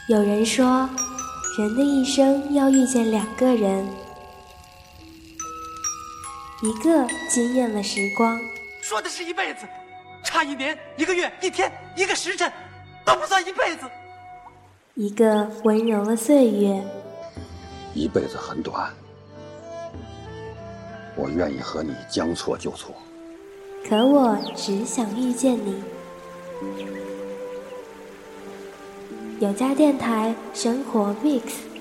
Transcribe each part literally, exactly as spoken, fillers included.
有人说，人的一生要遇见两个人，一个惊艳了时光， 说的是一辈子，差一年、一个月、一天、一个时辰都不算一辈子； 一个温柔了岁月。 一辈子很短，我愿意和你将错就错， 可我只想遇见你。有家电台生活 Mix，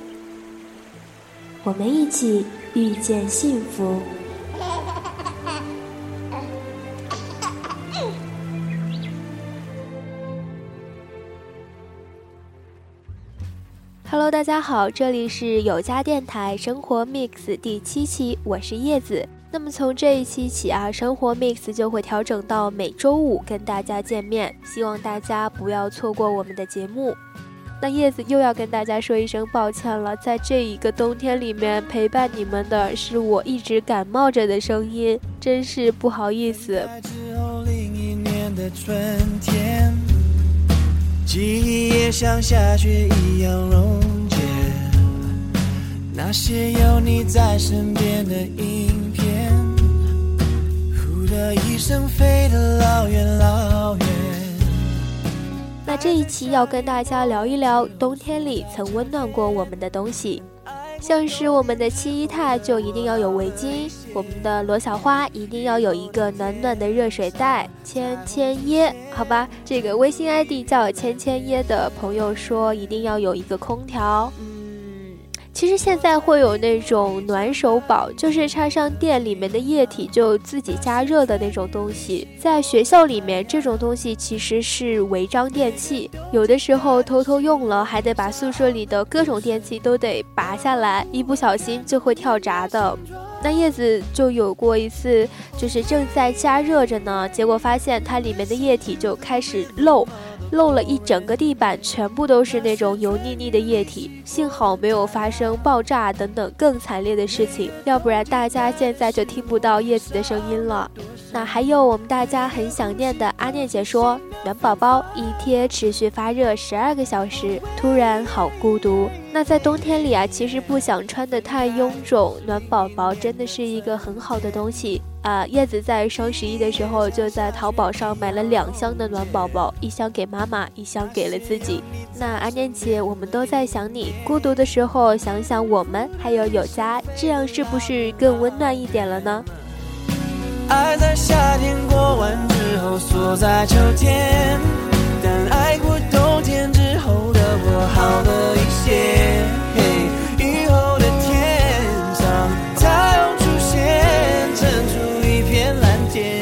我们一起遇见幸福。Hello， 大家好，这里是有家电台生活 Mix 第七期，我是叶子。那么从这一期起啊，生活 Mix 就会调整到每周五跟大家见面，希望大家不要错过我们的节目。那叶子又要跟大家说一声抱歉了，在这一个冬天里面陪伴你们的是我一直感冒着的声音，真是不好意思。 另一年的春天，记忆也像下雪一样溶解，那些有你在身边的影片，呼的一声飞得老远老远。 那这一期要跟大家聊一聊冬天里曾温暖过我们的东西，像是我们的七姨太就一定要有围巾，我们的罗小花一定要有一个暖暖的热水袋，千千耶，好吧，这个微信 I D 叫千千耶的朋友说一定要有一个空调。其实现在会有那种暖手宝，就是插上电里面的液体就自己加热的那种东西。在学校里面这种东西其实是违章电器，有的时候偷偷用了还得把宿舍里的各种电器都得拔下来，一不小心就会跳闸的。那叶子就有过一次，就是正在加热着呢，结果发现它里面的液体就开始漏漏了一整个地板，全部都是那种油腻腻的液体，幸好没有发生爆炸等等更惨烈的事情，要不然大家现在就听不到叶子的声音了。那还有我们大家很想念的阿念姐说，暖宝宝一贴持续发热十二个小时，突然好孤独。那在冬天里啊，其实不想穿得太臃肿，暖宝宝真的是一个很好的东西啊、呃！叶子在双十一的时候就在淘宝上买了两箱的暖宝宝，一箱给妈妈，一箱给了自己。那阿念姐，我们都在想你，孤独的时候想想我们，还有有家，这样是不是更温暖一点了呢？ 爱在夏天过完之后锁在秋天，但爱过冬天之后的我好了一些，以后的天上太阳出现，撑出一片蓝天。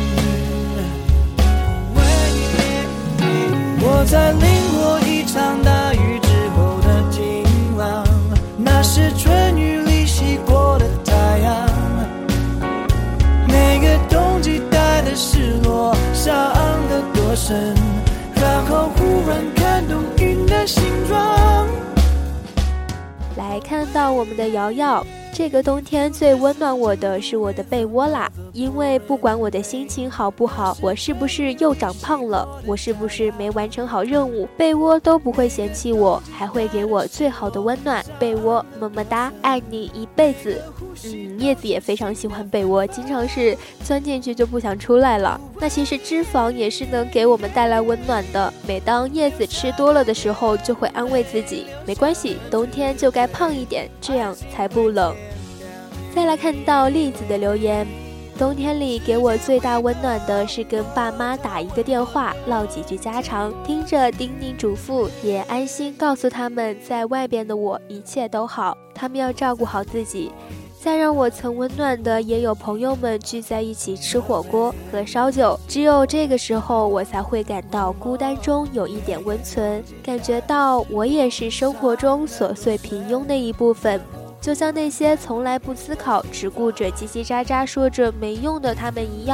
我在淋过一场大雨之后的晴朗，那是春雨里洗过的太阳，每个冬季带的失落伤得多深，然后忽然看懂云的形状。 来看到我们的瑶瑶，这个冬天最温暖我的是我的被窝啦，因为不管我的心情好不好，我是不是又长胖了，我是不是没完成好任务，被窝都不会嫌弃我，还会给我最好的温暖。被窝么么哒，爱你一辈子。嗯，叶子也非常喜欢被窝，经常是钻进去就不想出来了。那其实脂肪也是能给我们带来温暖的，每当叶子吃多了的时候就会安慰自己，没关系，冬天就该胖一点，这样才不冷。再来看到栗子的留言，冬天里给我最大温暖的是跟爸妈打一个电话，唠几句家常，听着叮咛嘱咐，也安心告诉他们在外边的我一切都好，他们要照顾好自己。再让我曾温暖的也有朋友们聚在一起吃火锅喝烧酒，只有这个时候我才会感到孤单中有一点温存，感觉到我也是生活中琐碎平庸的一部分，就像那些从来不思考只顾着叽叽喳喳说着没用的他们一样。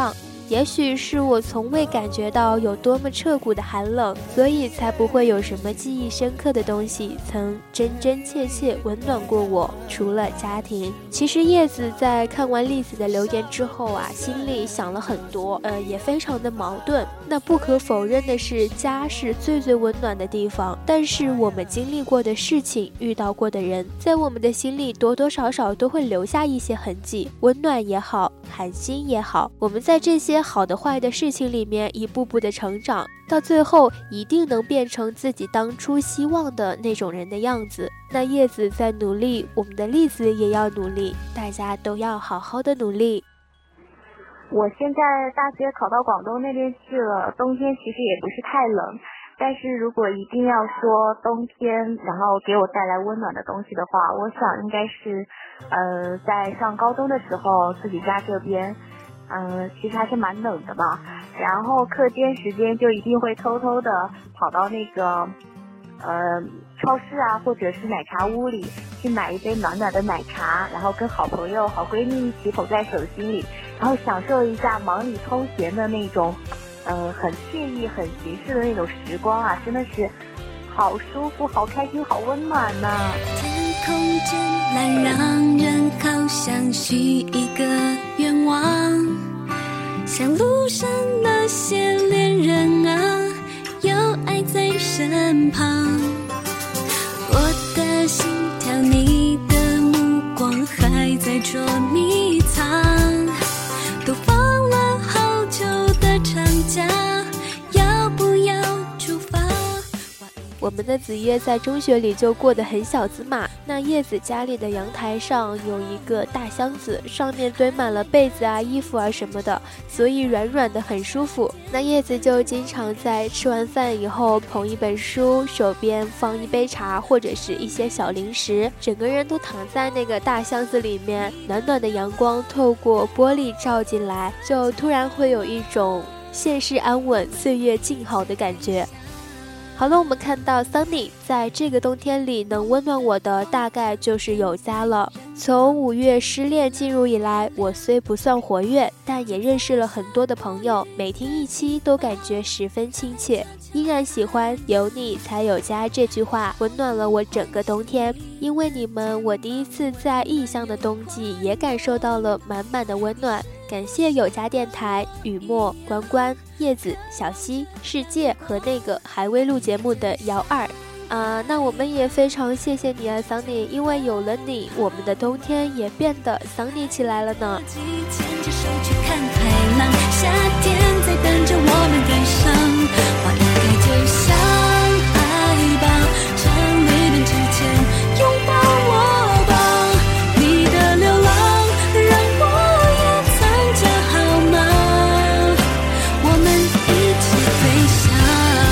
也许是我从未感觉到有多么彻骨的寒冷，所以才不会有什么记忆深刻的东西曾真真切切温暖过我，除了家庭。其实叶子在看完栗子的留言之后啊，心里想了很多，呃，也非常的矛盾。那不可否认的是，家是最最温暖的地方，但是我们经历过的事情，遇到过的人，在我们的心里多多少少都会留下一些痕迹，温暖也好，寒心也好，我们在这些好的坏的事情里面一步步的成长，到最后一定能变成自己当初希望的那种人的样子。那叶子在努力，我们的栗子也要努力，大家都要好好的努力。 我现在大学考到广东那边去了，冬天其实也不是太冷，但是如果一定要说冬天然后给我带来温暖的东西的话，我想应该是呃，在上高中的时候自己家这边嗯、呃，其实还是蛮冷的吧，然后课间时间就一定会偷偷的跑到那个呃超市啊或者是奶茶屋里去买一杯暖暖的奶茶，然后跟好朋友好闺蜜一起捧在手心里，然后享受一下忙里偷闲的那种呃很惬意很闲适的那种时光啊，真的是好舒服好开心好温暖呢、啊。 天空真蓝，让人好想许一个愿望，像路上那些恋人啊，有爱在身旁。我的心跳，你的目光还在捉迷藏，都放了好久的长假，要不要出发？ 我们的子夜在中学里就过得很小资嘛，那叶子家里的阳台上有一个大箱子，上面堆满了被子啊衣服啊什么的，所以软软的很舒服。那叶子就经常在吃完饭以后捧一本书，手边放一杯茶或者是一些小零食，整个人都躺在那个大箱子里面，暖暖的阳光透过玻璃照进来，就突然会有一种现世安稳岁月静好的感觉。好了，我们看到 Sunny 在这个冬天里能温暖我的大概就是有家了。从五月失恋进入以来，我虽不算活跃，但也认识了很多的朋友，每听一期都感觉十分亲切。依然喜欢有你才有家这句话，温暖了我整个冬天。因为你们，我第一次在异乡的冬季也感受到了满满的温暖。感谢有家电台、雨墨、关关、叶子、小溪、世界和那个还未录节目的姚二。啊、呃，那我们也非常谢谢你啊，桑尼，因为有了你，我们的冬天也变得桑尼起来了呢。 牵着手去看海浪，夏天在等着我们赶上，花一开就像爱吧，趁绿灯之前拥抱我吧，你的流浪让我也参加好吗？我们一起飞翔。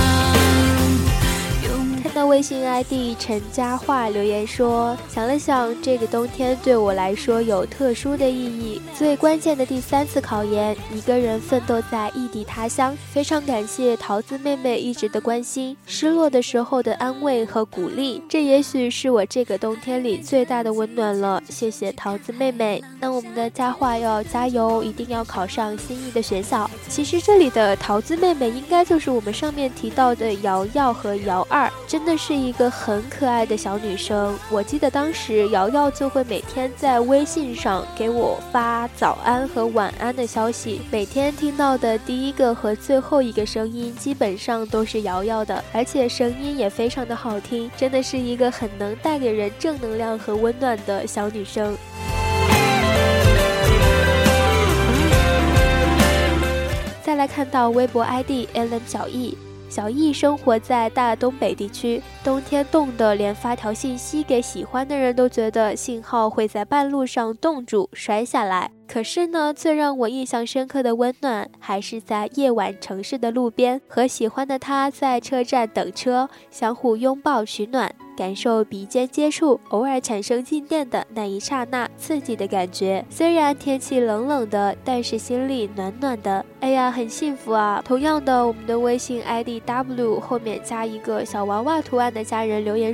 微信 I D 陈佳桦留言说，想了想，这个冬天对我来说有特殊的意义，最关键的第三次考研，一个人奋斗在异地他乡，非常感谢桃子妹妹一直的关心，失落的时候的安慰和鼓励，这也许是我这个冬天里最大的温暖了，谢谢桃子妹妹。那我们的佳桦要加油，一定要考上心仪的学校。其实这里的桃子妹妹应该就是我们上面提到的瑶瑶和瑶二，真的是是一个很可爱的小女生。我记得当时瑶瑶就会每天在微信上给我发早安和晚安的消息，每天听到的第一个和最后一个声音基本上都是瑶瑶的，而且声音也非常的好听，真的是一个很能带给人正能量和温暖的小女生。再来看到微博 I D L M 小易，小易生活在大东北地区，冬天冻得连发条信息给喜欢的人都觉得信号会在半路上冻住摔下来。可是呢，最让我印象深刻的温暖还是在夜晚城市的路边，和喜欢的他在车站等车，相互拥抱取暖，感受鼻尖接触偶尔产生静电的那一刹那刺激的感觉。虽然天气冷冷的，但是心里暖暖的，哎呀很幸福啊。同样的，我们的微信 I D W 后面加一个小娃娃图案的家人留言说，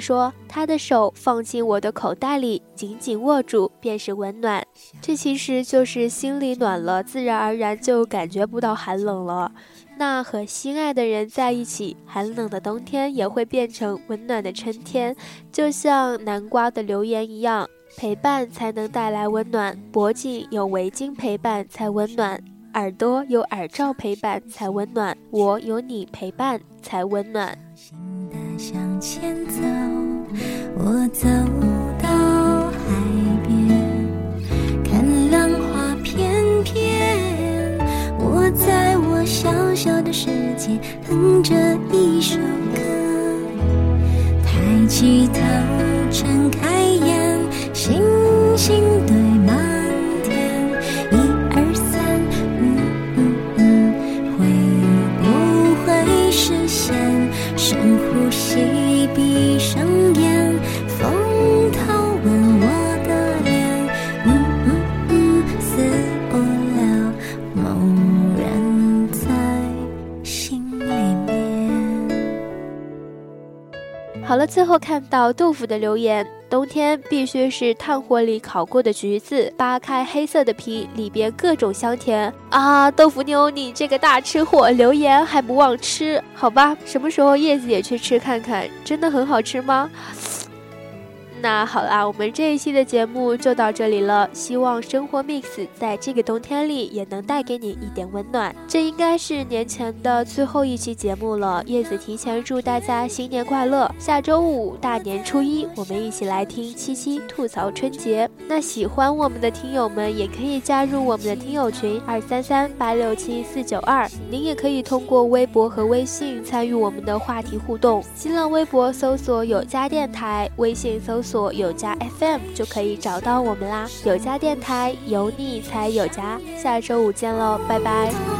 他的手放进我的口袋里，紧紧握住，便是温暖。这其实就是心里暖了，自然而然就感觉不到寒冷了。那和心爱的人在一起，寒冷的冬天也会变成温暖的春天，就像南瓜的留言一样，陪伴才能带来温暖，脖颈有围巾陪伴才温暖，耳朵有耳罩陪伴才温暖，我有你陪伴才温暖。 向前走，我走到海边，看浪花翩翩，我在我小小的世界哼着一首歌，抬起头睁开眼，星星堆满天，一二三，嗯嗯嗯，会不会实现？深呼吸，闭上眼，风透吻我的脸，嗯嗯嗯，似无聊，某人在心里面。 好了，最后看到豆腐的留言，冬天必须是炭火里烤过的橘子，扒开黑色的皮，里边各种香甜啊！豆腐妞，你这个大吃货，留言还不忘吃，好吧？什么时候叶子也去吃看看，真的很好吃吗？那好啦，我们这一期的节目就到这里了，希望生活 mix 在这个冬天里也能带给你一点温暖。这应该是年前的最后一期节目了，叶子提前祝大家新年快乐。下周五大年初一，我们一起来听七七吐槽春节。那喜欢我们的听友们也可以加入我们的听友群二三三八六七四九二，您也可以通过微博和微信参与我们的话题互动。新浪微博搜索有家电台，微信搜索有家 F M 就可以找到我们啦。有家电台，有你才有家。下周五见喽，拜拜。